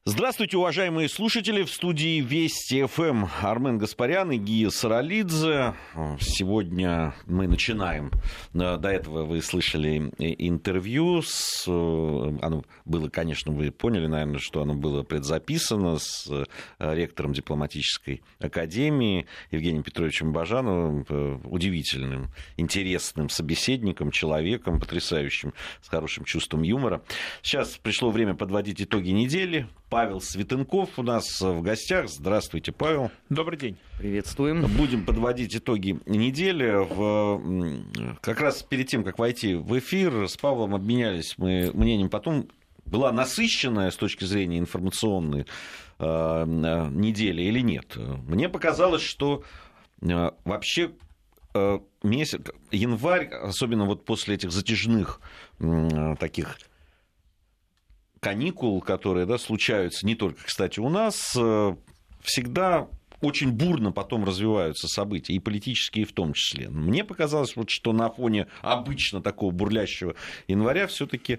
Здравствуйте, уважаемые слушатели. В студии Вести ФМ Армен Гаспарян и Гия Саралидзе. Сегодня мы начинаем. До этого вы слышали интервью. Оно было, конечно, вы поняли, наверное, что оно было предзаписано с ректором дипломатической академии Евгением Петровичем Бажановым. Удивительным, интересным собеседником, человеком, потрясающим, с хорошим чувством юмора. Сейчас пришло время подводить итоги недели. Павел Светенков у нас в гостях. Здравствуйте, Павел. Добрый день. Приветствуем. Будем подводить итоги недели. Как раз перед тем, как войти в эфир, с Павлом обменялись мы мнением. Потом была насыщенная с точки зрения информационной неделя или нет. Мне показалось, что вообще месяц, январь, особенно вот после этих затяжных таких каникул, которые случаются не только, кстати, у нас, всегда очень бурно потом развиваются события, и политические в том числе. Мне показалось, что на фоне обычно такого бурлящего января все-таки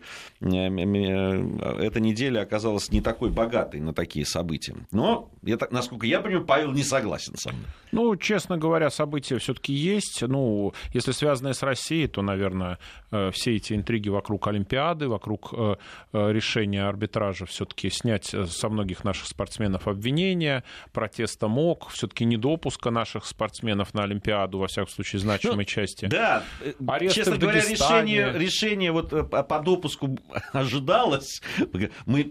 эта неделя оказалась не такой богатой на такие события. Но, насколько я понимаю, Павел не согласен со мной. Ну, честно говоря, события все-таки есть. Ну, если связанные с Россией, то, наверное, все эти интриги вокруг Олимпиады, вокруг решения арбитража все-таки снять со многих наших спортсменов обвинения, протеста МОК, все-таки недопуска наших спортсменов на Олимпиаду, во всяком случае, значимой части. Да, аресты честно в говоря, Дагестане. решение вот по допуску ожидалось. Мы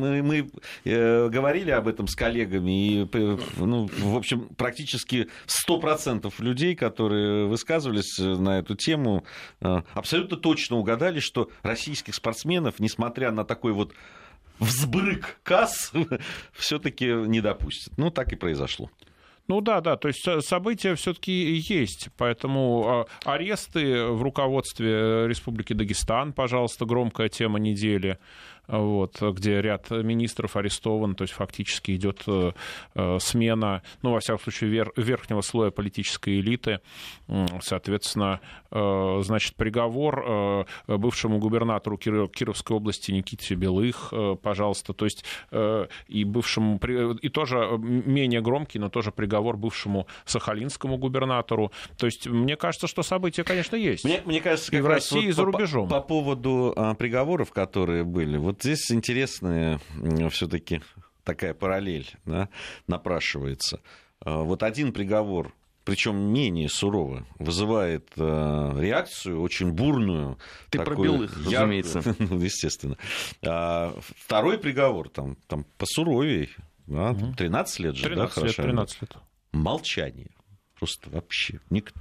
говорили об этом с коллегами, и, в общем, практически 100% людей, которые высказывались на эту тему, абсолютно точно угадали, что российских спортсменов, несмотря на такой вот взбрык касс, все-таки не допустят. Ну, так и произошло. Ну да, то есть события все-таки есть, поэтому аресты в руководстве Республики Дагестан, пожалуйста, громкая тема недели, вот, где ряд министров арестован, то есть фактически идет смена, во всяком случае, верхнего слоя политической элиты, соответственно, значит, приговор бывшему губернатору Кировской области Никите Белых, пожалуйста, то есть и бывшему, и тоже менее громкий, но тоже приговор бывшему сахалинскому губернатору. То есть мне кажется, что события, конечно, есть. Мне кажется, как и в раз России, и за рубежом. По поводу приговоров, которые были, вот здесь интересная все-таки такая параллель, да, напрашивается. Вот один приговор, причем менее суровый, вызывает реакцию очень бурную. Ты про Белых, разумеется. Естественно. Второй приговор там посуровее. 13 лет же, 13 лет. Молчание. Просто вообще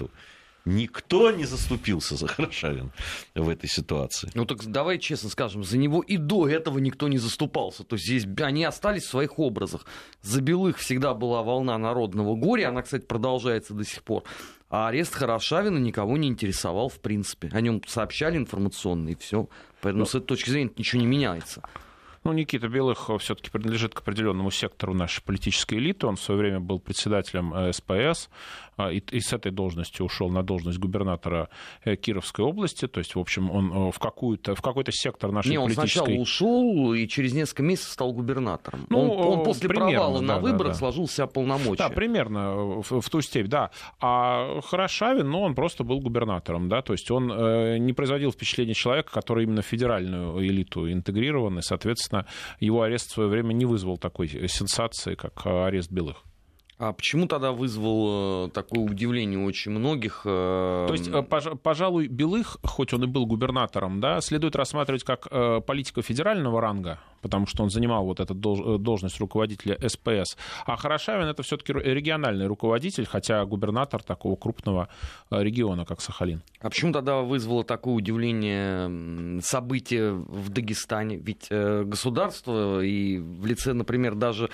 никто не заступился за Хорошавина в этой ситуации. Ну так давай честно скажем, за него и до этого никто не заступался. То есть здесь они остались в своих образах. За Белых всегда была волна народного горя, она, кстати, продолжается до сих пор. А арест Хорошавина никого не интересовал в принципе. О нем сообщали информационно и все. Поэтому с этой точки зрения ничего не меняется. Никита Белых все-таки принадлежит к определенному сектору нашей политической элиты. Он в свое время был председателем СПС и с этой должности ушел на должность губернатора Кировской области. То есть, в общем, он в какой-то сектор нашей политической... он сначала ушел и через несколько месяцев стал губернатором. Он после провала на выборах сложил в себя полномочия. Да, примерно в ту степь, да. А Хорошавин, он просто был губернатором, да, то есть он не производил впечатление человека, который именно в федеральную элиту интегрирован, и, соответственно, его арест в свое время не вызвал такой сенсации, как арест Белых. А почему тогда вызвал такое удивление у очень многих? То есть, пожалуй, Белых, хоть он и был губернатором, да, следует рассматривать как политика федерального ранга, потому что он занимал вот эту должность руководителя СПС. А Хорошавин — это все-таки региональный руководитель, хотя губернатор такого крупного региона, как Сахалин. А почему тогда вызвало такое удивление событие в Дагестане? Ведь государство и в лице, например, даже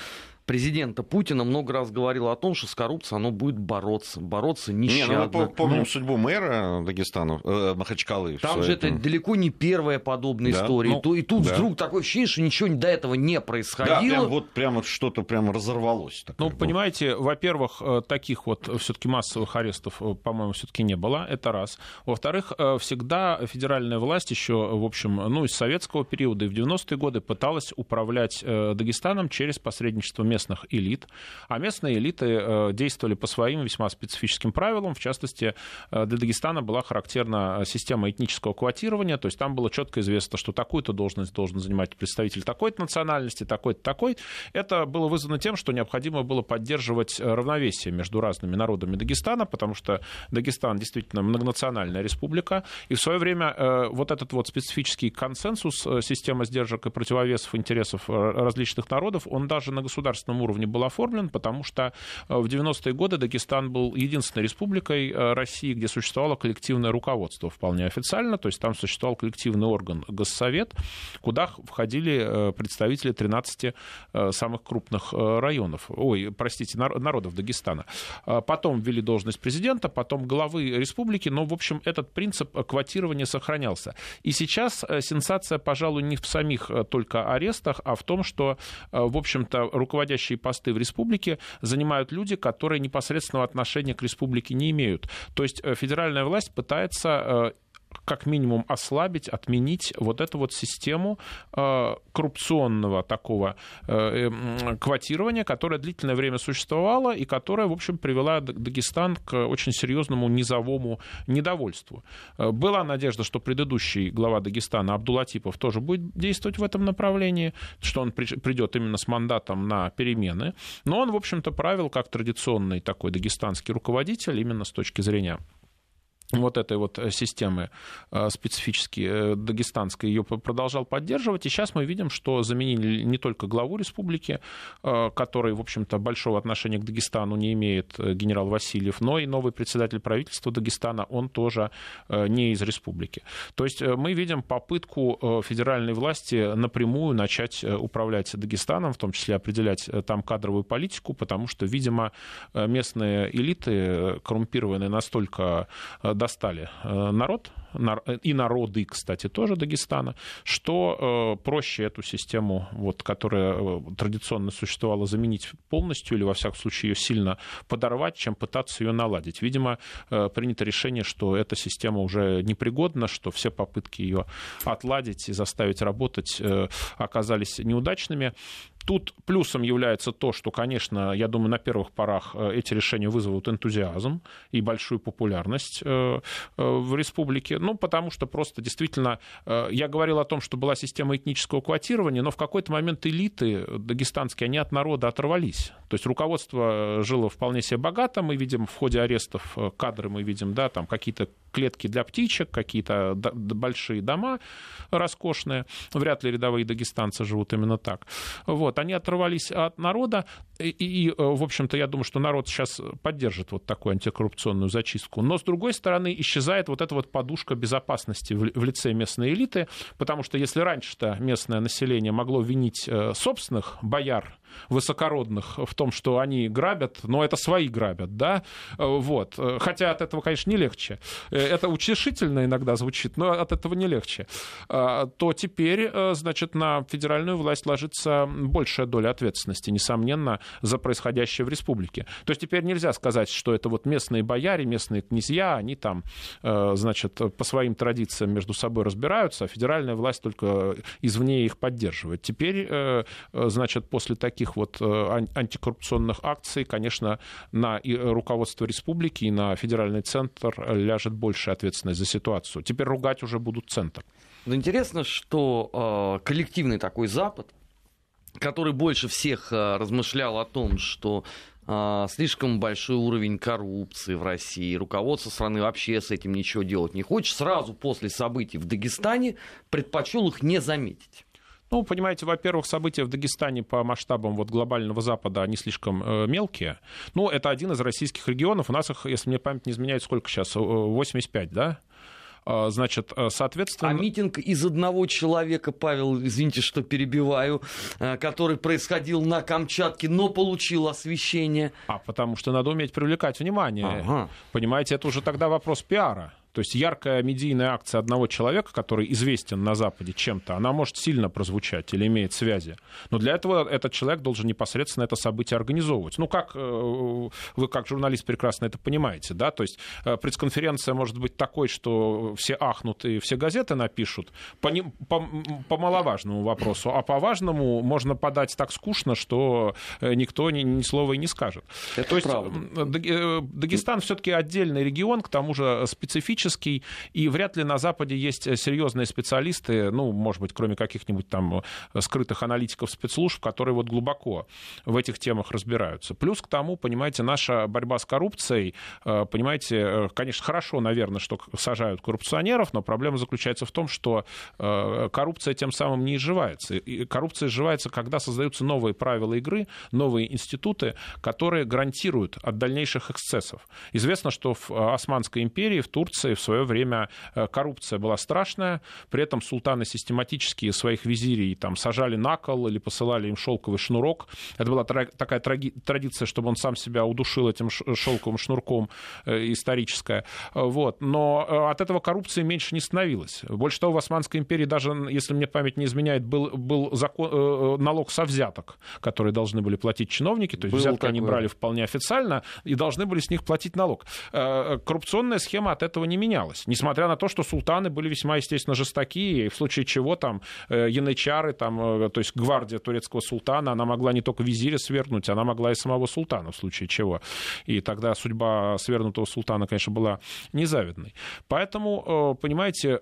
президента Путина много раз говорил о том, что с коррупцией оно будет бороться нещадно. Мы помним судьбу мэра Дагестана, Махачкалы. Там же это далеко не первая подобная история. И тут вдруг такое ощущение, что ничего до этого не происходило. Да, прям что-то прям разорвалось. Понимаете, во-первых, таких вот все-таки массовых арестов, по-моему, все-таки не было. Это раз. Во-вторых, всегда федеральная власть еще, в общем, из советского периода и в 90-е годы пыталась управлять Дагестаном через посредничество местных элит. А местные элиты действовали по своим весьма специфическим правилам. В частности, для Дагестана была характерна система этнического квотирования. То есть там было четко известно, что такую-то должность должен занимать представитель такой-то национальности, такой-то, такой. Это было вызвано тем, что необходимо было поддерживать равновесие между разными народами Дагестана, потому что Дагестан действительно многонациональная республика. И в свое время вот этот вот специфический консенсус, система сдержек и противовесов интересов различных народов, он даже на государственном уровне был оформлен, потому что в 90-е годы Дагестан был единственной республикой России, где существовало коллективное руководство вполне официально, то есть там существовал коллективный орган Госсовет, куда входили представители 13 самых крупных районов, народов Дагестана. Потом ввели должность президента, потом главы республики, но, в общем, этот принцип квотирования сохранялся. И сейчас сенсация, пожалуй, не в самих только арестах, а в том, что, в общем-то, руководящие посты в республике занимают люди, которые непосредственного отношения к республике не имеют. То есть федеральная власть пытается как минимум ослабить, отменить вот эту вот систему коррупционного такого квотирования, которая длительное время существовала и которая, в общем, привела Дагестан к очень серьезному низовому недовольству. Была надежда, что предыдущий глава Дагестана Абдулатипов тоже будет действовать в этом направлении, что он придет именно с мандатом на перемены, но он, в общем-то, правил как традиционный такой дагестанский руководитель именно с точки зрения вот этой вот системы специфически дагестанской, ее продолжал поддерживать. И сейчас мы видим, что заменили не только главу республики, который, в общем-то, большого отношения к Дагестану не имеет, генерал Васильев, но и новый председатель правительства Дагестана, он тоже не из республики. То есть мы видим попытку федеральной власти напрямую начать управлять Дагестаном, в том числе определять там кадровую политику, потому что, видимо, местные элиты коррумпированные настолько достали народ, и народы, кстати, тоже Дагестана, что проще эту систему, вот, которая традиционно существовала, заменить полностью или, во всяком случае, ее сильно подорвать, чем пытаться ее наладить. Видимо, принято решение, что эта система уже непригодна, что все попытки ее отладить и заставить работать оказались неудачными. Тут плюсом является то, что, конечно, я думаю, на первых порах эти решения вызовут энтузиазм и большую популярность в республике. Потому что просто действительно, я говорил о том, что была система этнического квотирования, но в какой-то момент элиты дагестанские, они от народа оторвались. То есть руководство жило вполне себе богато. Мы видим в ходе арестов кадры, мы видим, да, там какие-то клетки для птичек, какие-то большие дома роскошные. Вряд ли рядовые дагестанцы живут именно так. Вот. Они оторвались от народа, и, в общем-то, я думаю, что народ сейчас поддержит вот такую антикоррупционную зачистку. Но, с другой стороны, исчезает вот эта вот подушка безопасности в лице местной элиты, потому что если раньше-то местное население могло винить собственных бояр, высокородных, в том, что они грабят, но это свои грабят, да, вот. Хотя от этого, конечно, не легче. Это утешительно иногда звучит, но от этого не легче. То теперь, значит, на федеральную власть ложится большая доля ответственности, несомненно, за происходящее в республике. То есть теперь нельзя сказать, что это вот местные бояре, местные князья, они там, значит, по своим традициям между собой разбираются, а федеральная власть только извне их поддерживает. Теперь, значит, после таких вот антикоррупционных акций, конечно, на руководство республики и на федеральный центр ляжет большая ответственность за ситуацию. Теперь ругать уже будут центр. Но интересно, что коллективный такой Запад, который больше всех размышлял о том, что слишком большой уровень коррупции в России, руководство страны вообще с этим ничего делать не хочет, сразу после событий в Дагестане предпочел их не заметить. Понимаете, во-первых, события в Дагестане по масштабам вот глобального Запада, они слишком мелкие. Это один из российских регионов. У нас их, если мне память не изменяет, сколько сейчас? 85, да? Значит, соответственно... А митинг из одного человека, Павел, извините, что перебиваю, который происходил на Камчатке, но получил освещение. Потому что надо уметь привлекать внимание. Понимаете, это уже тогда вопрос пиара. То есть яркая медийная акция одного человека, который известен на Западе чем-то, она может сильно прозвучать или имеет связи. Но для этого этот человек должен непосредственно это событие организовывать. Ну, как вы, как журналист, прекрасно это понимаете, да? То есть пресс-конференция может быть такой, что все ахнут и все газеты напишут по маловажному вопросу, а по важному можно подать так скучно, что никто ни слова и не скажет. Это То есть правда. Дагестан все-таки отдельный регион, к тому же специфический, и вряд ли на Западе есть серьезные специалисты, ну, может быть, кроме каких-нибудь там скрытых аналитиков спецслужб, которые вот глубоко в этих темах разбираются. Плюс к тому, понимаете, наша борьба с коррупцией, понимаете, конечно, хорошо, наверное, что сажают коррупционеров, но проблема заключается в том, что коррупция тем самым не изживается. И коррупция изживается, когда создаются новые правила игры, новые институты, которые гарантируют от дальнейших эксцессов. Известно, что в Османской империи, в Турции в свое время коррупция была страшная, при этом султаны систематически своих визирей там сажали на кол или посылали им шелковый шнурок. Это была такая традиция, чтобы он сам себя удушил этим шелковым шнурком, историческая. Вот. Но от этого коррупции меньше не становилось. Больше того, в Османской империи даже, если мне память не изменяет, был налог со взяток, которые должны были платить чиновники, то есть взятки они брали вполне официально и должны были с них платить налог. Коррупционная схема от этого не менялось. Несмотря на то, что султаны были весьма, естественно, жестоки, и в случае чего там янычары, там, то есть гвардия турецкого султана, она могла не только визиря свергнуть, она могла и самого султана в случае чего. И тогда судьба свергнутого султана, конечно, была незавидной. Поэтому, понимаете,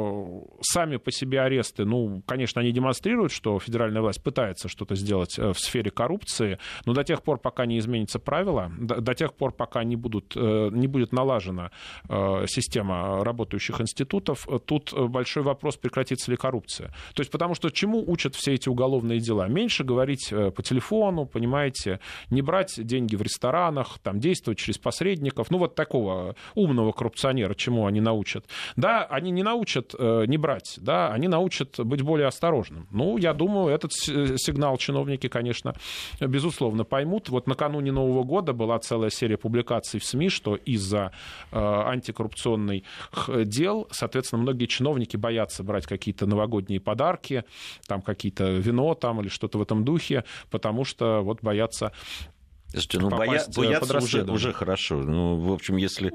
сами по себе аресты, ну, конечно, они демонстрируют, что федеральная власть пытается что-то сделать в сфере коррупции, но до тех пор, пока не изменятся правила, до тех пор, пока не будет налажена система работающих институтов, тут большой вопрос, прекратится ли коррупция. То есть потому что чему учат все эти уголовные дела? Меньше говорить по телефону, понимаете, не брать деньги в ресторанах, там, действовать через посредников. Ну, вот такого умного коррупционера чему они научат? Да, они не научат не брать, да, они научат быть более осторожным. Ну, я думаю, этот сигнал чиновники, конечно, безусловно поймут. Вот накануне Нового года была целая серия публикаций в СМИ, что из-за антикоррупционных дел, соответственно, многие чиновники боятся брать какие-то новогодние подарки, там какие-то вино там, или что-то в этом духе, потому что вот боятся. Слушайте, ну бояться уже хорошо. Ну, в общем, если...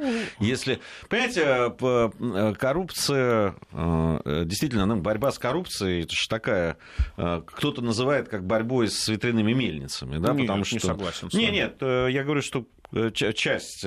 Понимаете, коррупция, действительно, ну, борьба с коррупцией, это же такая... Кто-то называет как борьбой с ветряными мельницами, да, потому что... Не согласен с вами. Нет, я говорю, что часть...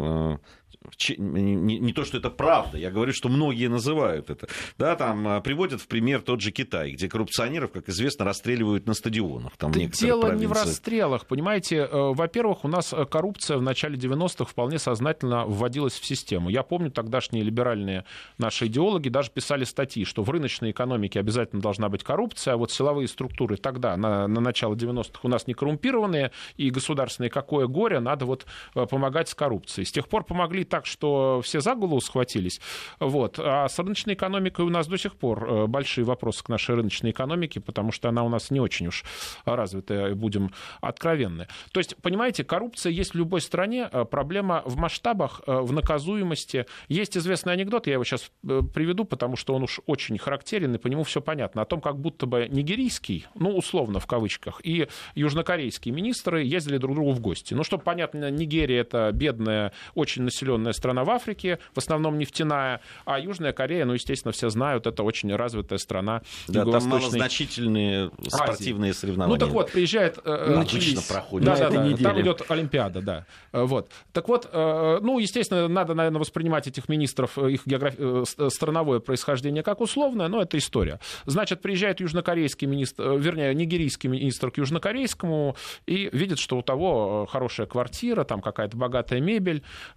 Не то, что это правда, я говорю, что многие называют это. Да, там приводят в пример тот же Китай, где коррупционеров, как известно, расстреливают на стадионах. Там дело не в расстрелах, понимаете. Во-первых, у нас коррупция в начале 90-х вполне сознательно вводилась в систему. Я помню, тогдашние либеральные наши идеологи даже писали статьи, что в рыночной экономике обязательно должна быть коррупция, а вот силовые структуры тогда, на начало 90-х, у нас не коррумпированные, и государственные какое горе, надо вот помогать с коррупцией. С тех пор помогли так, что все за голову схватились. Вот. А с рыночной экономикой у нас до сих пор большие вопросы к нашей рыночной экономике, потому что она у нас не очень уж развитая, будем откровенны. То есть, понимаете, коррупция есть в любой стране, проблема в масштабах, в наказуемости. Есть известный анекдот, я его сейчас приведу, потому что он уж очень характерен, и по нему все понятно, о том, как будто бы нигерийский, ну, условно, в кавычках, и южнокорейские министры ездили друг к другу в гости. Ну, чтобы понятно, Нигерия — это бедная, очень населенная страна в Африке, в основном нефтяная, а Южная Корея, ну, естественно, все знают, это очень развитая страна. Да, там малозначительные спортивные соревнования. Ну, так вот, приезжает... Обычно проходит. Да, там идет Олимпиада, да. Вот. Так вот, ну, естественно, надо, наверное, воспринимать этих министров, их страновое происхождение как условное, но это история. Значит, приезжает южнокорейский министр, вернее, нигерийский министр к южнокорейскому и видит, что у того хорошая квартира, там какая-то богатая мебель,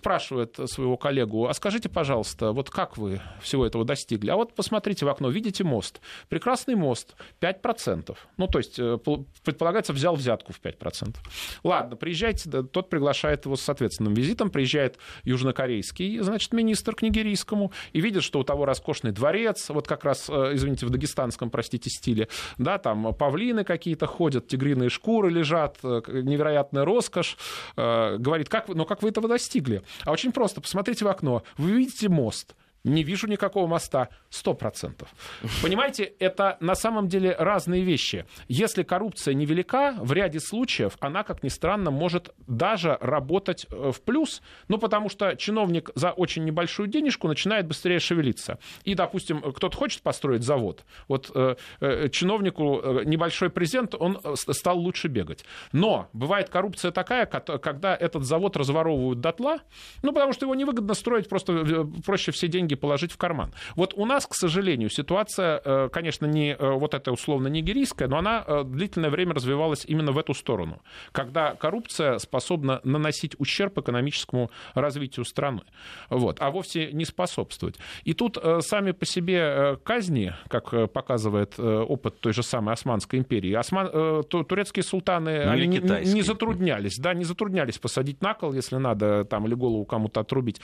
спрашивает своего коллегу: а скажите, пожалуйста, вот как вы всего этого достигли? А вот посмотрите в окно, видите мост? Прекрасный мост, 5%. Ну, то есть, предполагается, взял взятку в 5%. Ладно, приезжайте, тот приглашает его с соответственным визитом, приезжает южнокорейский, значит, министр к нигерийскому, и видит, что у того роскошный дворец, вот как раз, извините, в дагестанском, простите, стиле, да, там павлины какие-то ходят, тигриные шкуры лежат, невероятная роскошь. Говорит: как вы этого достигли? А очень просто, посмотрите в окно, вы видите мост? Не вижу никакого моста. 100%. Понимаете, это на самом деле разные вещи. Если коррупция невелика, в ряде случаев она, как ни странно, может даже работать в плюс. Ну, потому что чиновник за очень небольшую денежку начинает быстрее шевелиться. И, допустим, кто-то хочет построить завод. Вот чиновнику небольшой презент, он стал лучше бегать. Но бывает коррупция такая, когда этот завод разворовывают дотла, ну, потому что его невыгодно строить, просто проще все деньги положить в карман. Вот у нас, к сожалению, ситуация, конечно, не вот эта условно нигерийская, но она длительное время развивалась именно в эту сторону, когда коррупция способна наносить ущерб экономическому развитию страны, вот, а вовсе не способствовать. И тут сами по себе казни, как показывает опыт той же самой Османской империи, турецкие султаны они не затруднялись посадить на кол, если надо, там, или голову кому-то отрубить.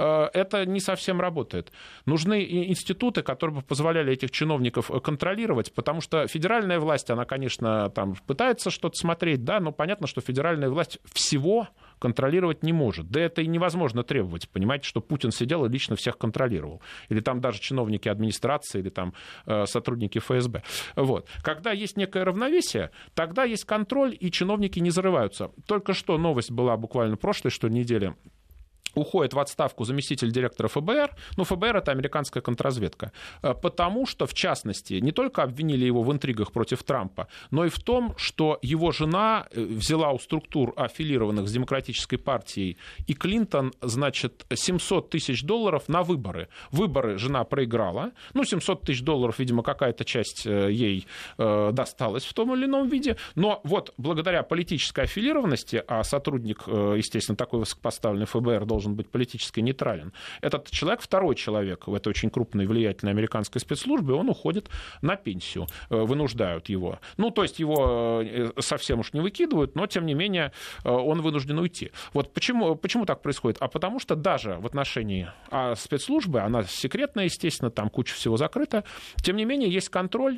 Это не совсем работает. Нужны институты, которые бы позволяли этих чиновников контролировать, потому что федеральная власть, она, конечно, там пытается что-то смотреть, да, но понятно, что федеральная власть всего контролировать не может. Да это и невозможно требовать. Понимаете, что Путин сидел и лично всех контролировал. Или там даже чиновники администрации, или там сотрудники ФСБ. Вот. Когда есть некое равновесие, тогда есть контроль, и чиновники не зарываются. Только что новость была буквально прошлой, что неделе. Уходит в отставку заместитель директора ФБР. Ну, ФБР — это американская контрразведка. Потому что, в частности, не только обвинили его в интригах против Трампа, но и в том, что его жена взяла у структур, аффилированных с Демократической партией, и Клинтон, значит, $700 тысяч на выборы. Выборы жена проиграла. Ну, $700 тысяч, видимо, какая-то часть ей досталась в том или ином виде. Но вот благодаря политической аффилированности, а сотрудник, естественно, такой высокопоставленный ФБР должен быть политически нейтрален. Этот человек, второй человек в этой очень крупной влиятельной американской спецслужбе, он уходит на пенсию, вынуждают его. Ну, то есть его совсем уж не выкидывают, но, тем не менее, он вынужден уйти. Вот почему так происходит? А потому что даже в отношении спецслужбы, она секретная, естественно, там куча всего закрыта, тем не менее, есть контроль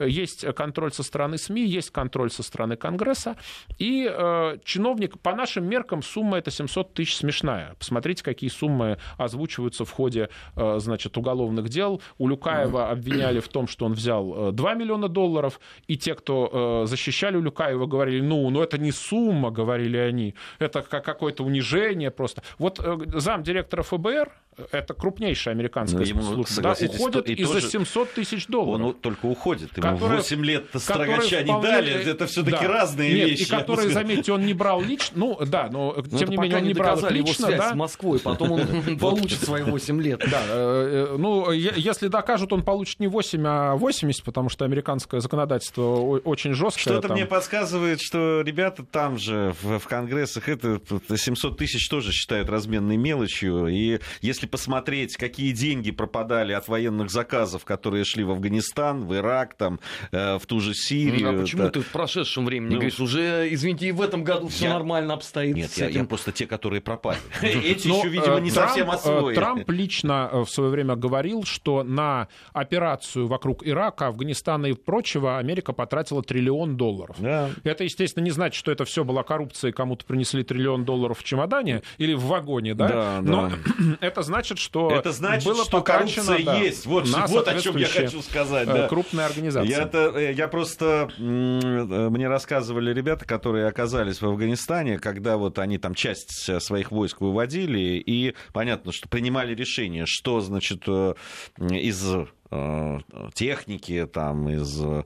со стороны СМИ, есть контроль со стороны Конгресса, и чиновник, по нашим меркам, сумма эта 700 тысяч смешная. Посмотрите, какие суммы озвучиваются в ходе, значит, уголовных дел. Улюкаева обвиняли в том, что он взял $2 миллиона, и те, кто защищали Улюкаева, говорили: ну это не сумма, говорили они, это какое-то унижение просто. Вот замдиректора ФБР, это крупнейшая американская спецслужба, да, уходит из-за $700 тысяч. Он только уходит, ему 8 лет строгача не дали, это все-таки разные вещи. И которые, заметьте, он не брал лично, но тем не менее он не брал их лично, да. С Москвой, потом он получит свои 8 лет. Да, ну, если докажут, он получит не 8, а 80, потому что американское законодательство очень жесткое. Что-то мне подсказывает, что ребята там же, в конгрессах, это 700 тысяч тоже считают разменной мелочью, и если посмотреть, какие деньги пропадали от военных заказов, которые шли в Афганистан, в Ирак, там, в ту же Сирию. А почему ты в прошедшем времени говоришь, уже, извините, и в этом году все нормально обстоит? Нет, я просто те, которые пропали. Эти еще, видимо, не совсем освоили. Трамп лично в свое время говорил, что на операцию вокруг Ирака, Афганистана и прочего Америка потратила $1 триллион. Да. Это, естественно, не значит, что это все была коррупция, и кому-то принесли $1 триллион в чемодане или в вагоне, да? Но это значит, что было коррупция есть. Вот о чем я хочу сказать. Да. Крупная организация. Я просто... Мне рассказывали ребята, которые оказались в Афганистане, когда вот они там часть своих войск выводили, и понятно, что принимали решение, что, значит, из техники, там, из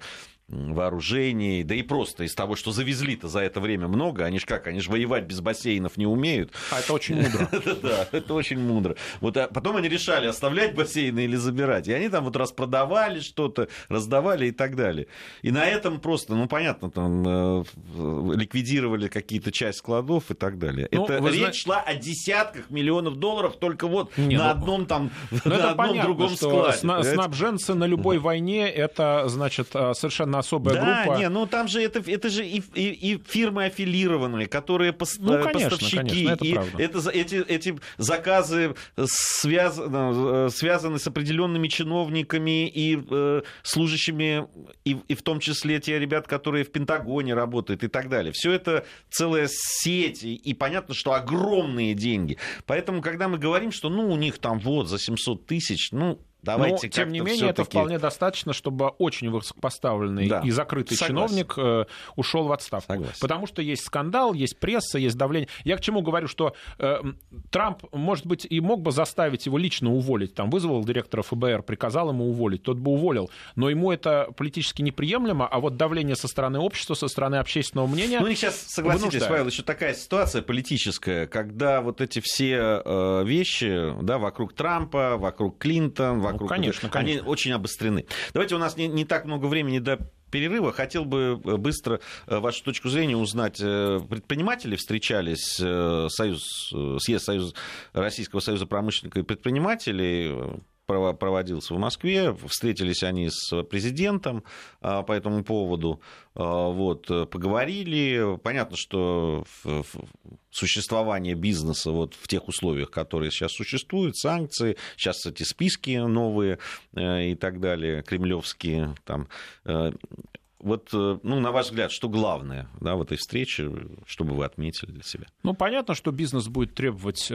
вооружений, да и просто из того, что завезли-то за это время много. Они же воевать без бассейнов не умеют. А это очень мудро. Да, это очень мудро. Вот, а потом они решали, оставлять бассейны или забирать. И они там вот распродавали что-то, раздавали и так далее. И на этом просто, понятно, там ликвидировали какие-то часть складов и так далее. Речь шла о десятках миллионов долларов только вот на одном другом складе. Снабженцы на любой войне — это, значит, совершенно особая группа. Да, там же это же и фирмы аффилированные, которые поставщики. Конечно, эти заказы связаны с определенными чиновниками и служащими, и в том числе те ребят, которые в Пентагоне работают и так далее. Все это целая сеть, и понятно, что огромные деньги. Поэтому, когда мы говорим, что у них там за 700 тысяч, давайте. Но, тем не менее, это вполне достаточно, чтобы очень высокопоставленный и закрытый чиновник ушел в отставку. Согласен. Потому что есть скандал, есть пресса, есть давление. Я к чему говорю, что Трамп, может быть, и мог бы заставить его лично уволить. Там вызвал директора ФБР, приказал ему уволить, тот бы уволил. Но ему это политически неприемлемо, а вот давление со стороны общества, со стороны общественного мнения... и сейчас, согласитесь, Павел, еще такая ситуация политическая, когда вот эти все вещи, вокруг Трампа, вокруг Клинтон, конечно. Они очень обострены. Давайте, у нас не так много времени до перерыва. Хотел бы быстро вашу точку зрения узнать. Предприниматели встречались, съезд Российского союза промышленников и предпринимателей проводился в Москве, встретились они с президентом по этому поводу, поговорили. Понятно, что существование бизнеса в тех условиях, которые сейчас существуют, санкции, сейчас эти списки новые и так далее, кремлевские, там, на ваш взгляд, что главное в этой встрече, что бы вы отметили для себя? Понятно, что бизнес будет требовать,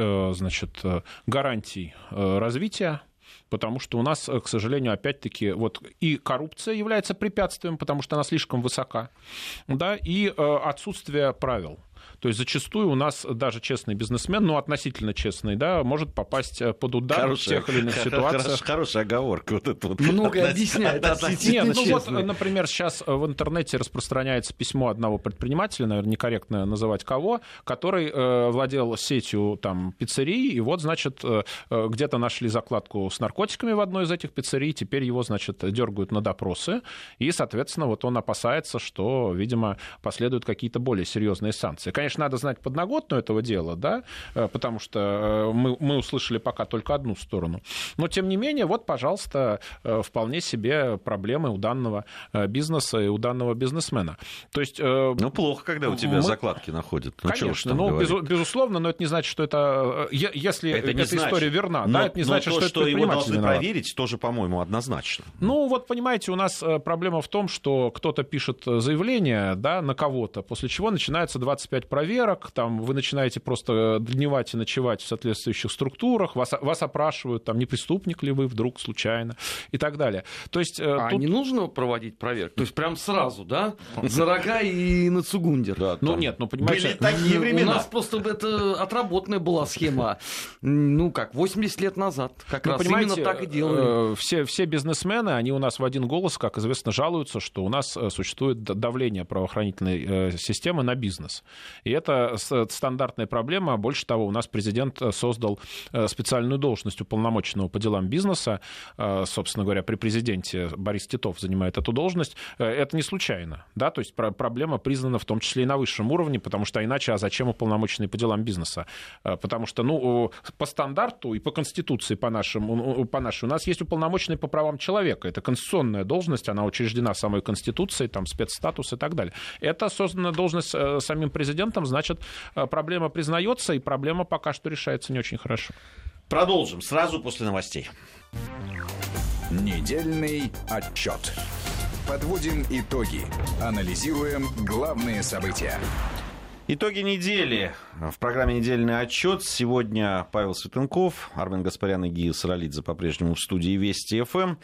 гарантий развития. Потому что у нас, к сожалению, опять-таки, и коррупция является препятствием, потому что она слишком высока, и отсутствие правил. То есть зачастую у нас даже честный бизнесмен, относительно честный, может попасть под удар в тех или иных ситуациях. Хорошая оговорка. Много объясняет. Например, сейчас в интернете распространяется письмо одного предпринимателя, наверное, некорректно называть кого, который владел сетью пиццерий, и где-то нашли закладку с наркотиками в одной из этих пиццерий, теперь его, дергают на допросы, и, соответственно, он опасается, что, видимо, последуют какие-то более серьезные санкции. Конечно, надо знать подноготную этого дела, потому что мы услышали пока только одну сторону. Но, тем не менее, пожалуйста, вполне себе проблемы у данного бизнеса и у данного бизнесмена. То есть, плохо, когда у тебя закладки находят. Конечно, безусловно, но это не значит, что это... Если эта история верна, это не значит, что это предприниматель его должны виноват. проверить, тоже, по-моему, однозначно. Понимаете, у нас проблема в том, что кто-то пишет заявление на кого-то, после чего начинается 25 проверок, вы начинаете просто дневать и ночевать в соответствующих структурах, вас опрашивают, не преступник ли вы вдруг случайно и так далее. То есть, тут... не нужно проводить проверку? То есть прям сразу, за рога и на цугундер? Нет, понимаете... Были такие времена. У нас просто это отработанная была схема, 80 лет назад. Как раз именно так и делали. Все бизнесмены, они у нас в один голос, как известно, жалуются, что у нас существует давление правоохранительной системы на бизнес. И это стандартная проблема. Больше того, у нас президент создал специальную должность уполномоченного по делам бизнеса. Собственно говоря, при президенте Борис Титов занимает эту должность. Это не случайно. То есть проблема признана в том числе и на высшем уровне, потому что иначе, зачем уполномоченный по делам бизнеса? Потому что, по стандарту и по Конституции, по нашей, у нас есть уполномоченный по правам человека. Это конституционная должность, она учреждена самой Конституцией, спецстатус и так далее. Это создана должность самим президентом, значит, проблема признается, и проблема пока что решается не очень хорошо. Продолжим сразу после новостей. Недельный отчет. Подводим итоги. Анализируем главные события. Итоги недели. В программе «Недельный отчет». Сегодня Павел Светенков, Армен Гаспарян и Гия Саралидзе по-прежнему в студии Вести ФМ.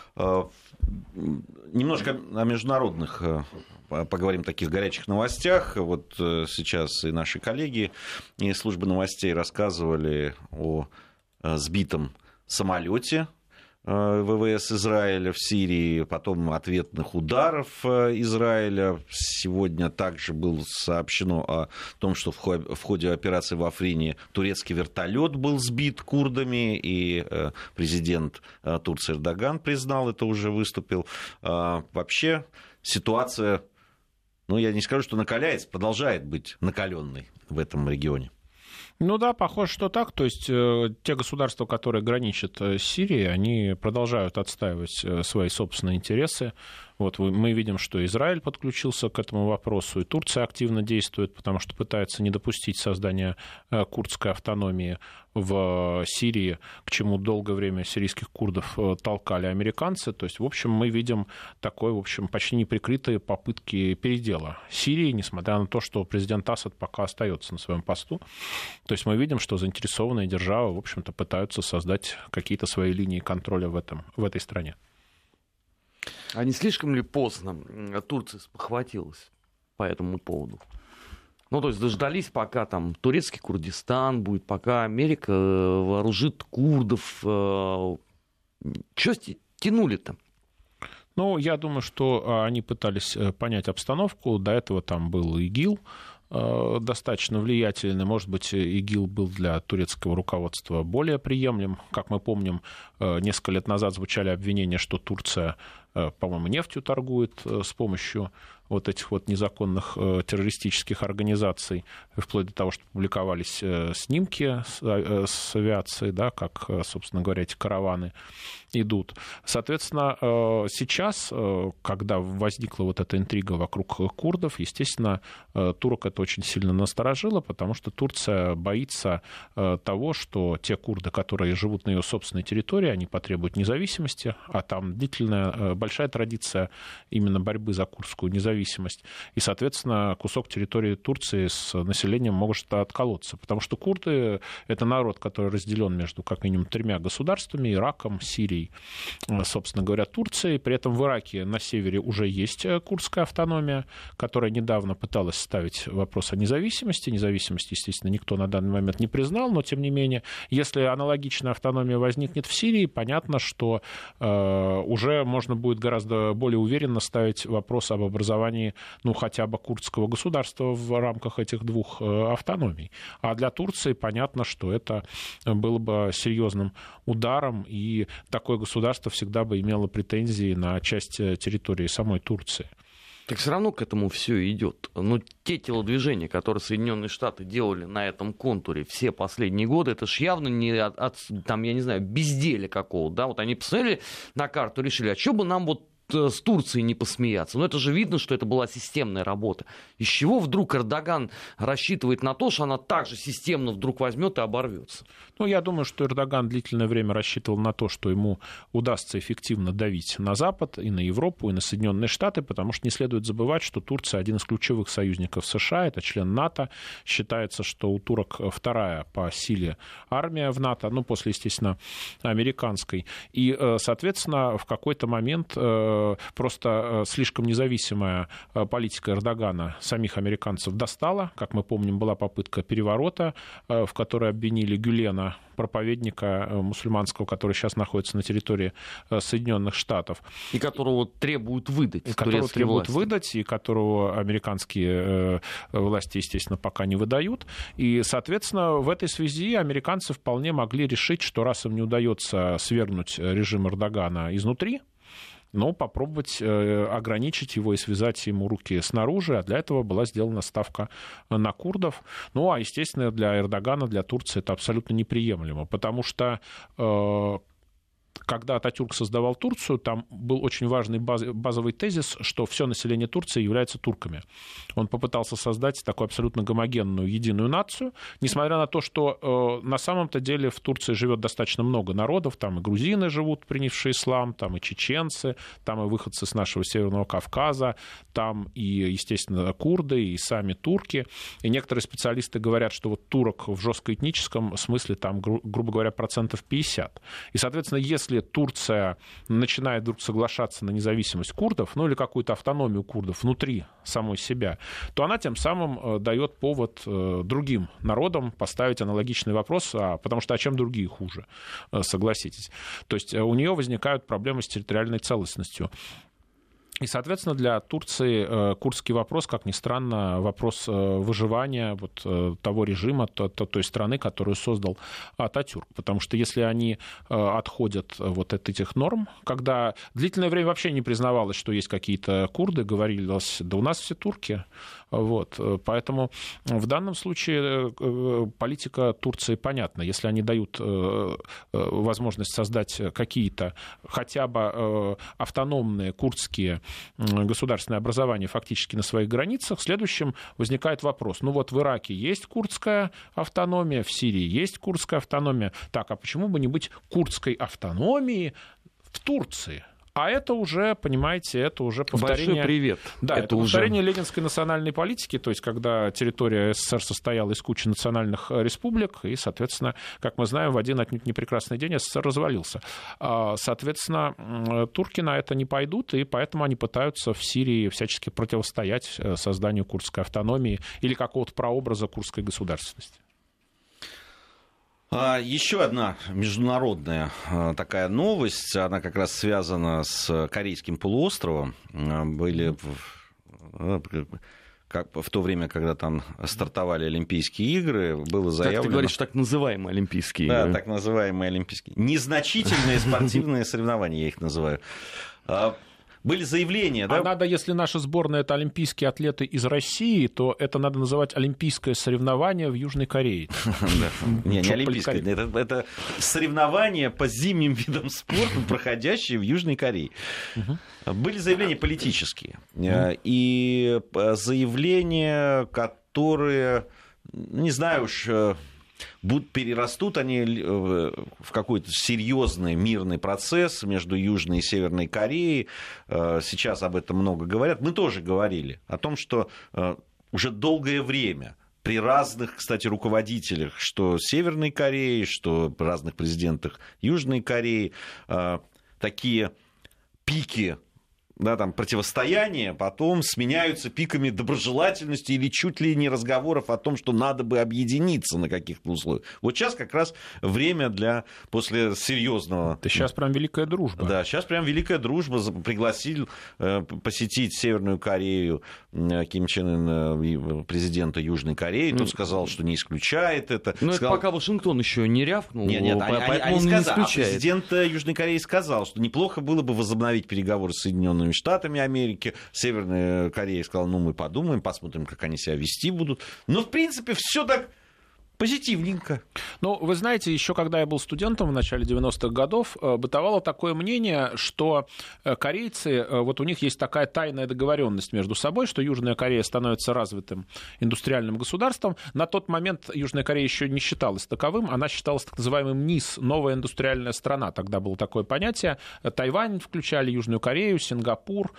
Немножко о международных поговорим, таких горячих новостях. Сейчас и наши коллеги из службы новостей рассказывали о сбитом самолете ВВС Израиля в Сирии, потом ответных ударов Израиля. Сегодня также было сообщено о том, что в ходе операции в Африне турецкий вертолет был сбит курдами, и президент Турции Эрдоган признал это, уже выступил. Вообще ситуация, я не скажу, что накаляется, продолжает быть накаленной в этом регионе. Ну да, похоже, что так. То есть те государства, которые граничат с Сирией, они продолжают отстаивать свои собственные интересы. Вот мы видим, что Израиль подключился к этому вопросу, и Турция активно действует, потому что пытается не допустить создания курдской автономии в Сирии, к чему долгое время сирийских курдов толкали американцы. То есть, в общем, мы видим такой, в общем, почти неприкрытые попытки передела Сирии, несмотря на то, что президент Асад пока остается на своем посту. То есть мы видим, что заинтересованные державы, в общем-то, пытаются создать какие-то свои линии контроля в этой стране. А не слишком ли поздно Турция спохватилась по этому поводу? То есть дождались, пока там турецкий Курдистан будет, пока Америка вооружит курдов. Чего тянули-то? Я думаю, что они пытались понять обстановку. До этого там был ИГИЛ, достаточно влиятельный. Может быть, ИГИЛ был для турецкого руководства более приемлем. Как мы помним, несколько лет назад звучали обвинения, что Турция, по-моему, нефтью торгует с помощью вот этих вот незаконных террористических организаций, вплоть до того, что публиковались снимки с авиации, да, как, собственно говоря, эти караваны идут. Соответственно, сейчас, когда возникла вот эта интрига вокруг курдов, естественно, турок это очень сильно насторожило, потому что Турция боится того, что те курды, которые живут на ее собственной территории, они потребуют независимости, а там длительная, большая традиция именно борьбы за курдскую независимость. И, соответственно, кусок территории Турции с населением может отколоться, потому что курды — это народ, который разделен между как минимум 3 государствами: Ираком, Сирией, собственно говоря, Турцией. При этом в Ираке на севере уже есть курдская автономия, которая недавно пыталась ставить вопрос о независимости. Независимость, естественно, никто на данный момент не признал, но, тем не менее, если аналогичная автономия возникнет в Сирии, понятно, что уже можно будет гораздо более уверенно ставить вопрос об образовании хотя бы курдского государства в рамках этих 2 автономий. А для Турции понятно, что это было бы серьезным ударом, и такое государство всегда бы имело претензии на часть территории самой Турции. Так все равно к этому все идет. Те телодвижения, которые Соединенные Штаты делали на этом контуре все последние годы, это ж явно не от безделия какого-то. Да? Вот они посмотрели на карту, решили, а что бы нам с Турцией не посмеяться. Это же видно, что это была системная работа. Из чего вдруг Эрдоган рассчитывает на то, что она также системно вдруг возьмет и оборвется? Я думаю, что Эрдоган длительное время рассчитывал на то, что ему удастся эффективно давить на Запад, и на Европу, и на Соединенные Штаты, потому что не следует забывать, что Турция один из ключевых союзников США, это член НАТО. Считается, что у турок 2-я по силе армия в НАТО, после, естественно, американской. И, соответственно, в какой-то момент просто слишком независимая политика Эрдогана самих американцев достала. Как мы помним, была попытка переворота, в которой обвинили Гюлена, проповедника мусульманского, который сейчас находится на территории Соединенных Штатов. И которого требуют выдать. И которого требуют выдать, и которого американские власти, естественно, пока не выдают. И, соответственно, в этой связи американцы вполне могли решить, что раз им не удается свергнуть режим Эрдогана изнутри, попробовать ограничить его и связать ему руки снаружи, а для этого была сделана ставка на курдов. А, естественно, для Эрдогана, для Турции это абсолютно неприемлемо, потому что когда Ататюрк создавал Турцию, там был очень важный базовый тезис, что все население Турции является турками. Он попытался создать такую абсолютно гомогенную, единую нацию, несмотря на то, что на самом-то деле в Турции живет достаточно много народов, там и грузины живут, принявшие ислам, там и чеченцы, там и выходцы с нашего Северного Кавказа, там и, естественно, курды, и сами турки. И некоторые специалисты говорят, что турок в жесткоэтническом смысле там, грубо говоря, 50%. И, соответственно, если если Турция начинает вдруг соглашаться на независимость курдов, ну или какую-то автономию курдов внутри самой себя, то она тем самым дает повод другим народам поставить аналогичный вопрос, потому что чем другие хуже, согласитесь. То есть у нее возникают проблемы с территориальной целостностью. И, соответственно, для Турции курдский вопрос, как ни странно, вопрос выживания вот того режима, той страны, которую создал Ататюрк. Потому что если они отходят вот от этих норм, когда длительное время вообще не признавалось, что есть какие-то курды, говорилось, да у нас все турки. Вот. Поэтому в данном случае политика Турции понятна. Если они дают возможность создать какие-то хотя бы автономные курдские государственные образования фактически на своих границах, следующим возникает вопрос. Ну вот в Ираке есть курдская автономия, в Сирии есть курдская автономия. Так, а почему бы не быть курдской автономией в Турции? А это уже, понимаете, это уже повторение... Большой привет. Да, это повторение ленинской национальной политики, то есть когда территория СССР состояла из кучи национальных республик, и, соответственно, как мы знаем, в один отнюдь не прекрасный день СССР развалился. Соответственно, турки на это не пойдут, и поэтому они пытаются в Сирии всячески противостоять созданию курдской автономии или какого-то прообраза курдской государственности. Еще одна международная такая новость, она как раз связана с Корейским полуостровом. Были в то время, когда там стартовали Олимпийские игры, было заявлено... Как ты говоришь, так называемые Олимпийские игры. Да, так называемые Олимпийские. Незначительные спортивные соревнования, я их называю. Были заявления, да? А надо, если наша сборная — это олимпийские атлеты из России, то это надо называть олимпийское соревнование в Южной Корее. Не олимпийское, это соревнования по зимним видам спорта, проходящие в Южной Корее. Были заявления политические. И заявления, которые, не знаю уж... перерастут они в какой-то серьезный мирный процесс между Южной и Северной Кореей. Сейчас об этом много говорят. Мы тоже говорили о том, что уже долгое время при разных, кстати, руководителях, что Северной Кореи, что разных президентах Южной Кореи, такие пики, да, там, противостояния потом сменяются пиками доброжелательности или чуть ли не разговоров о том, что надо бы объединиться на каких-то условиях. Вот сейчас как раз время для после серьезного... Это сейчас прям великая дружба. Да, сейчас прям великая дружба. Пригласил посетить Северную Корею Ким Чен Ын, президента Южной Кореи. Тот сказал, что не исключает это. Но сказал... это пока Вашингтон еще не рявкнул. Нет, поэтому он не исключает. Президент Южной Кореи сказал, что неплохо было бы возобновить переговоры с Соединенными Штатами Америки. Северная Корея сказала, ну, мы подумаем, посмотрим, как они себя вести будут. Но, в принципе, все так позитивненько. Ну, вы знаете, еще когда я был студентом в начале 90-х годов, бытовало такое мнение, что корейцы, вот у них есть такая тайная договоренность между собой, что Южная Корея становится развитым индустриальным государством. На тот момент Южная Корея еще не считалась таковым, она считалась так называемым НИС, новая индустриальная страна. Тогда было такое понятие. Тайвань включали, Южную Корею, Сингапур,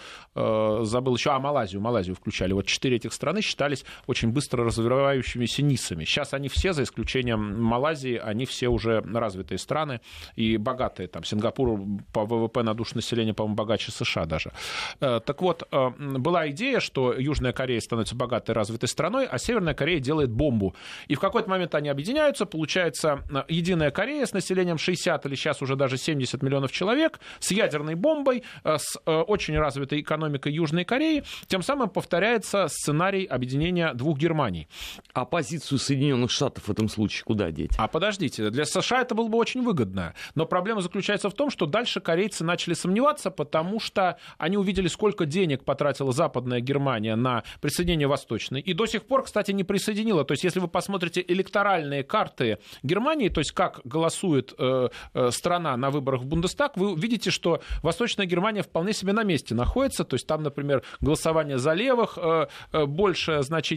забыл еще, Малайзию включали. Вот 4 этих страны считались очень быстро развивающимися НИСами. Сейчас они все, за исключением Малайзии, они все уже развитые страны и богатые. Там Сингапур по ВВП на душу населения, по-моему, богаче США даже. Так вот, была идея, что Южная Корея становится богатой развитой страной, а Северная Корея делает бомбу. И в какой-то момент они объединяются, получается единая Корея с населением 60 или сейчас уже даже 70 миллионов человек, с ядерной бомбой, с очень развитой экономикой Южной Кореи. Тем самым повторяется сценарий объединения двух Германий. А позицию Соединенных Штатов в этом случае куда деть? А подождите, для США это было бы очень выгодно. Но проблема заключается в том, что дальше корейцы начали сомневаться, потому что они увидели, сколько денег потратила Западная Германия на присоединение Восточной. И до сих пор, кстати, не присоединила. То есть, если вы посмотрите электоральные карты Германии, то есть, как голосует страна на выборах в Бундестаг, вы видите, что Восточная Германия вполне себе на месте находится. То есть, там, например, голосование за левых, больше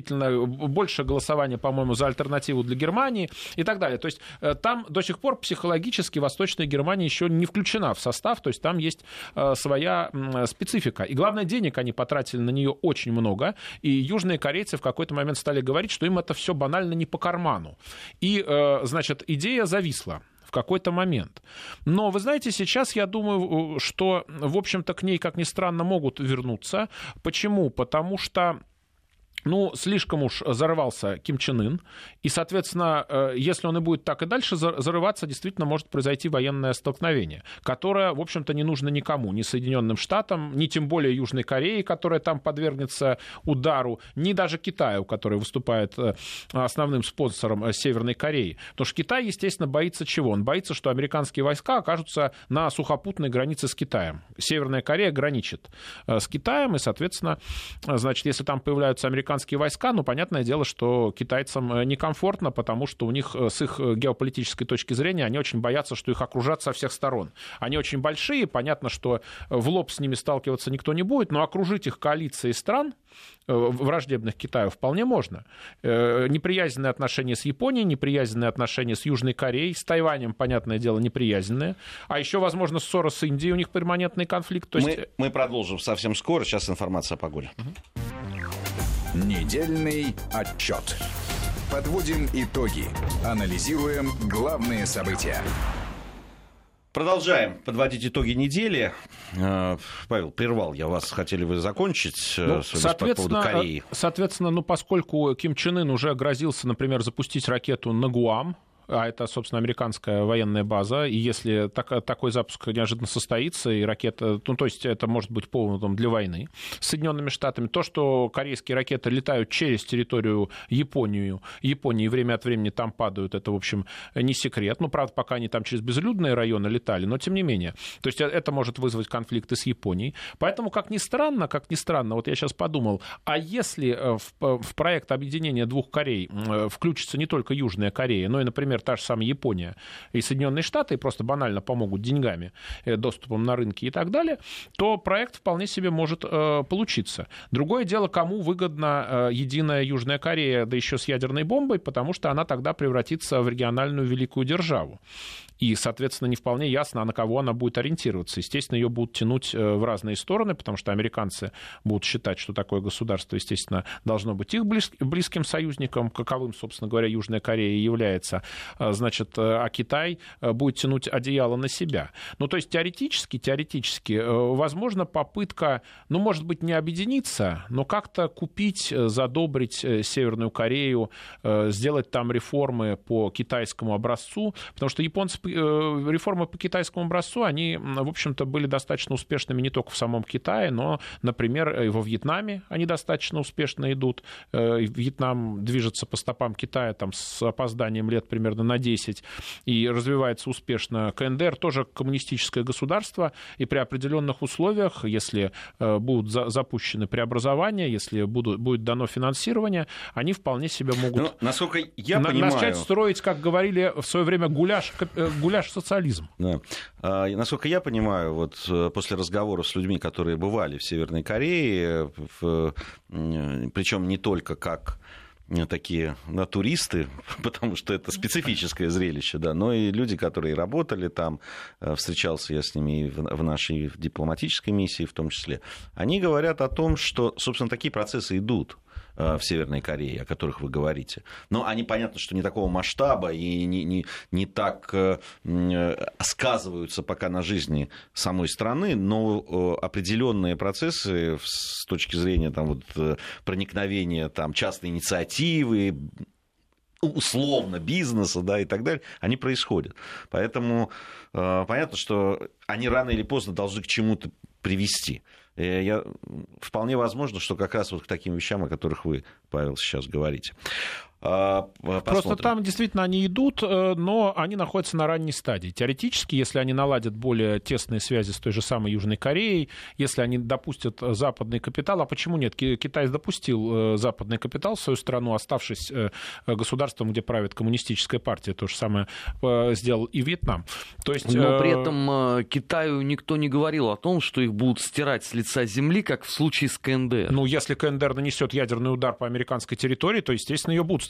голосования, по-моему, за альтернативу для Германии и так далее. То есть там до сих пор психологически Восточная Германия еще не включена в состав, то есть там есть своя специфика. И главное, денег они потратили на нее очень много, и южные корейцы в какой-то момент стали говорить, что им это все банально не по карману. И, значит, идея зависла. В какой-то момент. Но, вы знаете, сейчас я думаю, что, в общем-то, к ней, как ни странно, могут вернуться. Почему? Потому что слишком уж зарывался Ким Чен Ын, и, соответственно, если он и будет так и дальше зарываться, действительно может произойти военное столкновение, которое, в общем-то, не нужно никому, ни Соединенным Штатам, ни тем более Южной Корее, которая там подвергнется удару, ни даже Китаю, который выступает основным спонсором Северной Кореи. Потому что Китай, естественно, боится чего? Он боится, что американские войска окажутся на сухопутной границе с Китаем. Северная Корея граничит с Китаем, и, соответственно, значит, если там появляются американские войска, понятное дело, что китайцам некомфортно, потому что у них с их геополитической точки зрения они очень боятся, что их окружат со всех сторон. Они очень большие, понятно, что в лоб с ними сталкиваться никто не будет, но окружить их коалицией стран, враждебных Китаю, вполне можно. Неприязненные отношения с Японией, неприязненные отношения с Южной Кореей, с Тайванем, понятное дело, неприязненные. А еще, возможно, ссора с Индией, у них перманентный конфликт. То есть... мы продолжим совсем скоро. Сейчас информация о погоде. Недельный отчет. Подводим итоги. Анализируем главные события. Продолжаем подводить итоги недели. Павел, прервал я вас. Хотели вы закончить по поводу Кореи? Соответственно, поскольку Ким Чен Ын уже грозился, например, запустить ракету на Гуам, а это, собственно, американская военная база, и если такой запуск неожиданно состоится, и ракета, то есть это может быть поводом для войны с Соединенными Штатами, то, что корейские ракеты летают через территорию Японии, время от времени там падают, это, в общем, не секрет. Правда, пока они там через безлюдные районы летали, но тем не менее. То есть это может вызвать конфликты с Японией. Поэтому, как ни странно, вот я сейчас подумал, а если в проект объединения двух Корей включится не только Южная Корея, но и, например, та же самая Япония и Соединенные Штаты просто банально помогут деньгами, доступом на рынки и так далее, то проект вполне себе может получиться. Другое дело, кому выгодна единая Южная Корея, да еще с ядерной бомбой, потому что она тогда превратится в региональную великую державу. И, соответственно, не вполне ясно, на кого она будет ориентироваться. Естественно, ее будут тянуть в разные стороны, потому что американцы будут считать, что такое государство, естественно, должно быть их близким союзником, каковым, собственно говоря, Южная Корея является. Значит, а Китай будет тянуть одеяло на себя. То есть теоретически, возможно, попытка, может быть, не объединиться, но как-то купить, задобрить Северную Корею, сделать там реформы по китайскому образцу, потому что японцы реформы по китайскому образцу, они, в общем-то, были достаточно успешными не только в самом Китае, но, например, и во Вьетнаме они достаточно успешно идут. Вьетнам движется по стопам Китая там, с опозданием лет примерно на 10 и развивается успешно. КНДР тоже коммунистическое государство, и при определенных условиях, если будут запущены преобразования, если будет дано финансирование, они вполне себе могут насколько я понимаю, начать строить, как говорили в свое время, гуляш социализм. Да. Насколько я понимаю, после разговоров с людьми, которые бывали в Северной Корее, причем не только как такие туристы, потому что это специфическое зрелище, да, но и люди, которые работали там, встречался я с ними и в нашей дипломатической миссии в том числе, они говорят о том, что, собственно, такие процессы идут в Северной Корее, о которых вы говорите. Но они, понятно, что не такого масштаба и не так сказываются пока на жизни самой страны, но определенные процессы с точки зрения проникновения частной инициативы, условно бизнеса, да, и так далее, они происходят. Поэтому понятно, что они рано или поздно должны к чему-то привести. Вполне возможно, что как раз к таким вещам, о которых вы, Павел, сейчас говорите. Посмотрим. Просто там действительно они идут, но они находятся на ранней стадии. Теоретически, если они наладят более тесные связи с той же самой Южной Кореей, если они допустят западный капитал, а почему нет? Китай допустил западный капитал в свою страну, оставшись государством, где правит коммунистическая партия. То же самое сделал и Вьетнам. То есть, но при этом Китаю никто не говорил о том, что их будут стирать с лица земли, как в случае с КНДР. Если КНДР нанесет ядерный удар по американской территории, то, естественно, ее будут стирать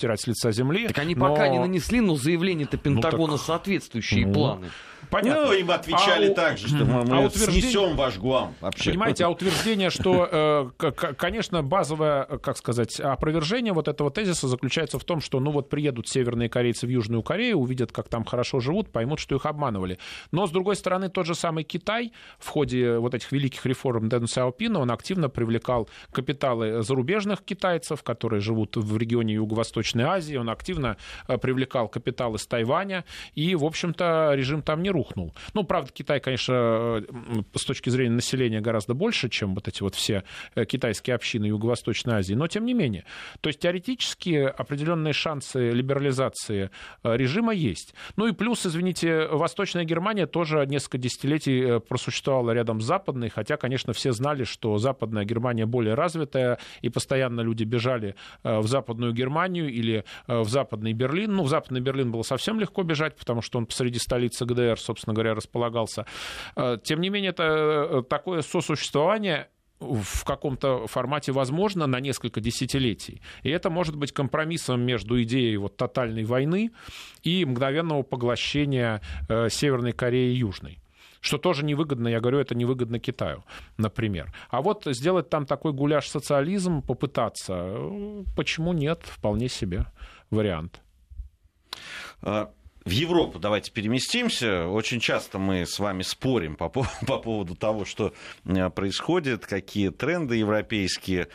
стирать с лица земли. Так они пока не нанесли, но заявление-то Пентагона соответствующие планы. Понятно. Им отвечали так же, что мы снесем ваш Гуам. Вообще. Понимаете, утверждение, что, конечно, базовое, как сказать, опровержение вот этого тезиса заключается в том, что, приедут северные корейцы в Южную Корею, увидят, как там хорошо живут, поймут, что их обманывали. Но, с другой стороны, тот же самый Китай в ходе вот этих великих реформ Дэн Сяопина, он активно привлекал капиталы зарубежных китайцев, которые живут в регионе Юго-Восточной Азии, он активно привлекал капиталы с Тайваня, и, в общем-то, режим там не рухнул. Правда, Китай, конечно, с точки зрения населения гораздо больше, чем вот эти вот все китайские общины Юго-Восточной Азии, но тем не менее. То есть теоретически определенные шансы либерализации режима есть. И плюс, извините, Восточная Германия тоже несколько десятилетий просуществовала рядом с Западной, хотя, конечно, все знали, что Западная Германия более развитая, и постоянно люди бежали в Западную Германию или в Западный Берлин. В Западный Берлин было совсем легко бежать, потому что он посреди столицы ГДР, собственно говоря, располагался. Тем не менее, это такое сосуществование в каком-то формате возможно на несколько десятилетий. И это может быть компромиссом между идеей тотальной войны и мгновенного поглощения Северной Кореи и Южной. Что тоже невыгодно, я говорю, это невыгодно Китаю, например. А сделать там такой гуляш-социализм, попытаться, почему нет, вполне себе вариант. В Европу давайте переместимся. Очень часто мы с вами спорим по поводу того, что происходит, какие тренды европейские.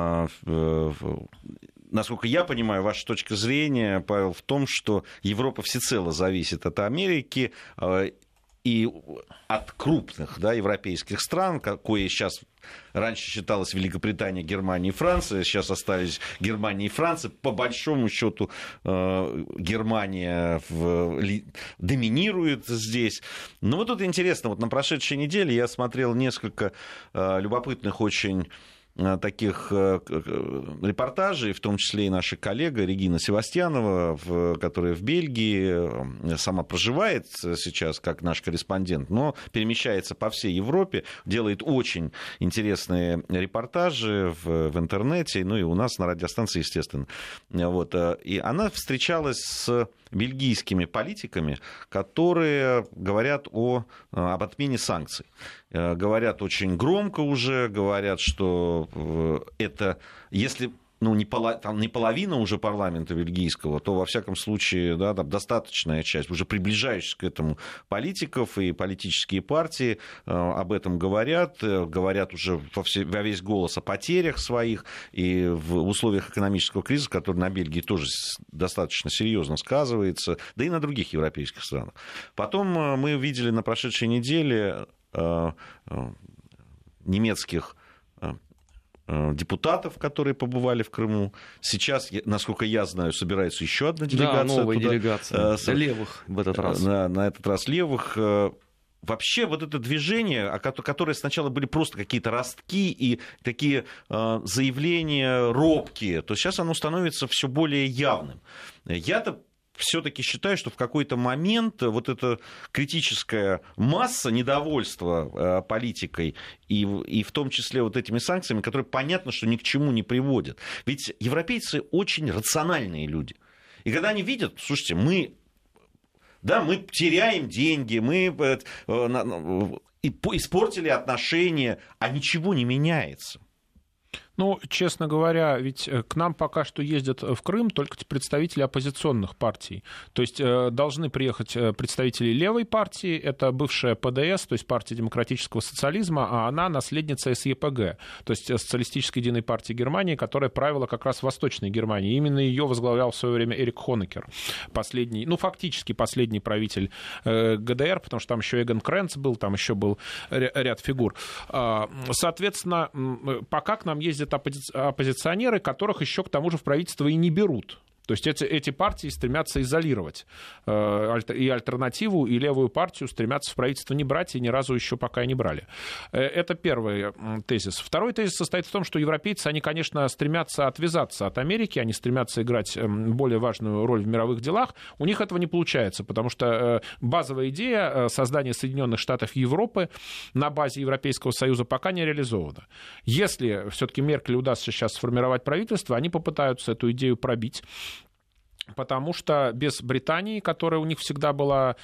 Насколько я понимаю, ваша точка зрения, Павел, в том, что Европа всецело зависит от Америки и от крупных европейских стран, кое сейчас раньше считалось Великобритания, Германия и Франция, сейчас остались Германия и Франция. По большому счету Германия доминирует здесь. Но тут интересно, на прошедшей неделе я смотрел несколько любопытных очень таких репортажей, в том числе и наша коллега Регина Севастьянова, которая в Бельгии сама проживает сейчас как наш корреспондент, но перемещается по всей Европе, делает очень интересные репортажи в интернете, и у нас на радиостанции, естественно. И она встречалась с бельгийскими политиками, которые говорят об отмене санкций. Говорят очень громко уже, говорят, что это, если не половина уже парламента бельгийского, то, во всяком случае, достаточная часть, уже приближающаяся к этому политиков и политические партии об этом говорят уже во весь голос о потерях своих, и в условиях экономического кризиса, который на Бельгии тоже достаточно серьезно сказывается, да и на других европейских странах. Потом мы видели на прошедшей неделе немецких депутатов, которые побывали в Крыму. Сейчас, насколько я знаю, собирается еще одна делегация. Да, новая делегация. Левых в этот раз. На этот раз левых. Вообще это движение, которые сначала были просто какие-то ростки и такие заявления робкие, то сейчас оно становится все более явным. Я-то все-таки считаю, что в какой-то момент эта критическая масса недовольства политикой и в том числе этими санкциями, которые понятно, что ни к чему не приводят. Ведь европейцы очень рациональные люди. И когда они видят, слушайте, мы теряем деньги, мы испортили отношения, а ничего не меняется. Честно говоря, ведь к нам пока что ездят в Крым только представители оппозиционных партий. То есть должны приехать представители левой партии, это бывшая ПДС, то есть партия демократического социализма, а она наследница СЕПГ, то есть Социалистической единой партии Германии, которая правила как раз в Восточной Германии. Именно ее возглавлял в свое время Эрик Хонекер, фактически последний правитель ГДР, потому что там еще Эгон Кренц был, там еще был ряд фигур. Соответственно, пока к нам ездят оппозиционеры, которых еще к тому же в правительство и не берут. То есть эти партии стремятся изолировать. И альтернативу, и левую партию стремятся в правительство не брать, и ни разу еще пока и не брали. Это первый тезис. Второй тезис состоит в том, что европейцы, они, конечно, стремятся отвязаться от Америки, они стремятся играть более важную роль в мировых делах. У них этого не получается, потому что базовая идея создания Соединенных Штатов Европы на базе Европейского Союза пока не реализована. Если все-таки Меркель удастся сейчас сформировать правительство, они попытаются эту идею пробить. Потому что без Британии, которая у них всегда была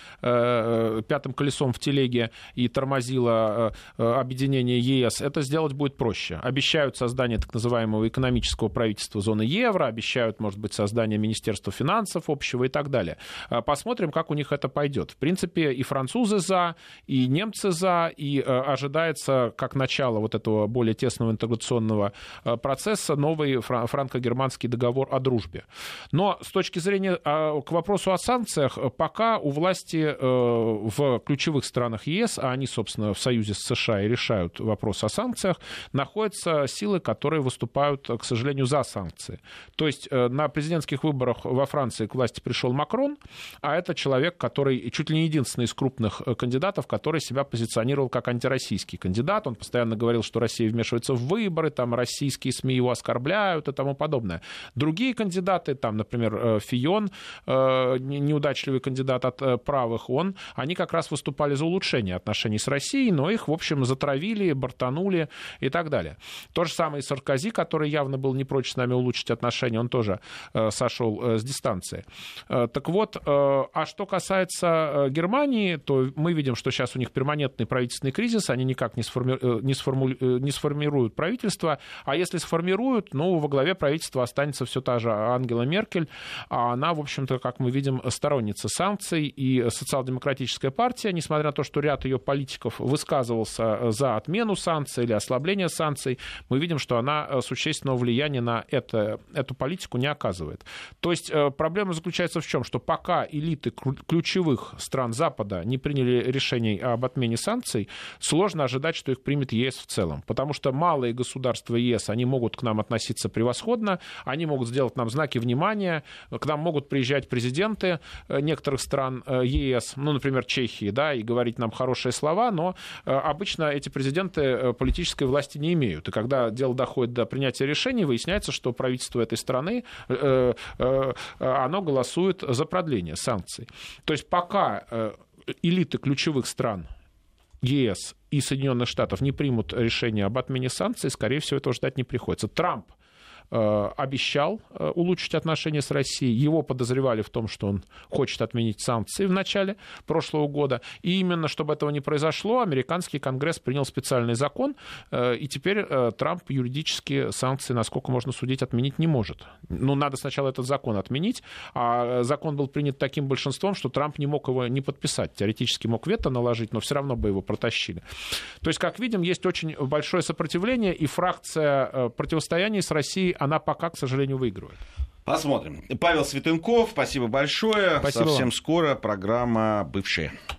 пятым колесом в телеге и тормозила объединение ЕС, это сделать будет проще. Обещают создание так называемого экономического правительства зоны евро, обещают, может быть, создание Министерства финансов общего и так далее. Посмотрим, как у них это пойдет. В принципе, и французы за, и немцы за, и ожидается, как начало вот этого более тесного интеграционного процесса, новый франко-германский договор о дружбе. Но с точки зрения к вопросу о санкциях, пока у власти в ключевых странах ЕС, а они, собственно, в союзе с США и решают вопрос о санкциях, находятся силы, которые выступают, к сожалению, за санкции. То есть на президентских выборах во Франции к власти пришел Макрон, а это человек, который чуть ли не единственный из крупных кандидатов, который себя позиционировал как антироссийский кандидат. Он постоянно говорил, что Россия вмешивается в выборы, там российские СМИ его оскорбляют и тому подобное. Другие кандидаты, там, например, Фион, неудачливый кандидат от правых, они как раз выступали за улучшение отношений с Россией, но их, в общем, затравили, бортанули и так далее. То же самое и Саркози, который явно был не прочь с нами улучшить отношения, он тоже сошел с дистанции. Так вот, а что касается Германии, то мы видим, что сейчас у них перманентный правительственный кризис, они никак не сформируют правительство, а если сформируют, во главе правительства останется все та же Ангела Меркель, а она, в общем-то, как мы видим, сторонница санкций, и социал-демократическая партия, несмотря на то, что ряд ее политиков высказывался за отмену санкций или ослабление санкций, мы видим, что она существенного влияния на эту политику не оказывает. То есть проблема заключается в чем? Что пока элиты ключевых стран Запада не приняли решений об отмене санкций, сложно ожидать, что их примет ЕС в целом. Потому что малые государства ЕС, они могут к нам относиться превосходно, они могут сделать нам знаки внимания, к нам могут приезжать президенты некоторых стран ЕС, например, Чехии, да, и говорить нам хорошие слова, но обычно эти президенты политической власти не имеют. И когда дело доходит до принятия решений, выясняется, что правительство этой страны, оно голосует за продление санкций. То есть пока элиты ключевых стран ЕС и Соединенных Штатов не примут решение об отмене санкций, скорее всего, этого ждать не приходится. Трамп обещал улучшить отношения с Россией. Его подозревали в том, что он хочет отменить санкции в начале прошлого года. И именно, чтобы этого не произошло, американский Конгресс принял специальный закон, и теперь Трамп юридически санкции, насколько можно судить, отменить не может. Надо сначала этот закон отменить, а закон был принят таким большинством, что Трамп не мог его не подписать. Теоретически мог вето наложить, но все равно бы его протащили. То есть, как видим, есть очень большое сопротивление, и фракция противостояния с Россией, она пока, к сожалению, выигрывает. Посмотрим. Павел Светенков, спасибо большое. Спасибо Совсем вам. скоро программа «Бывшие».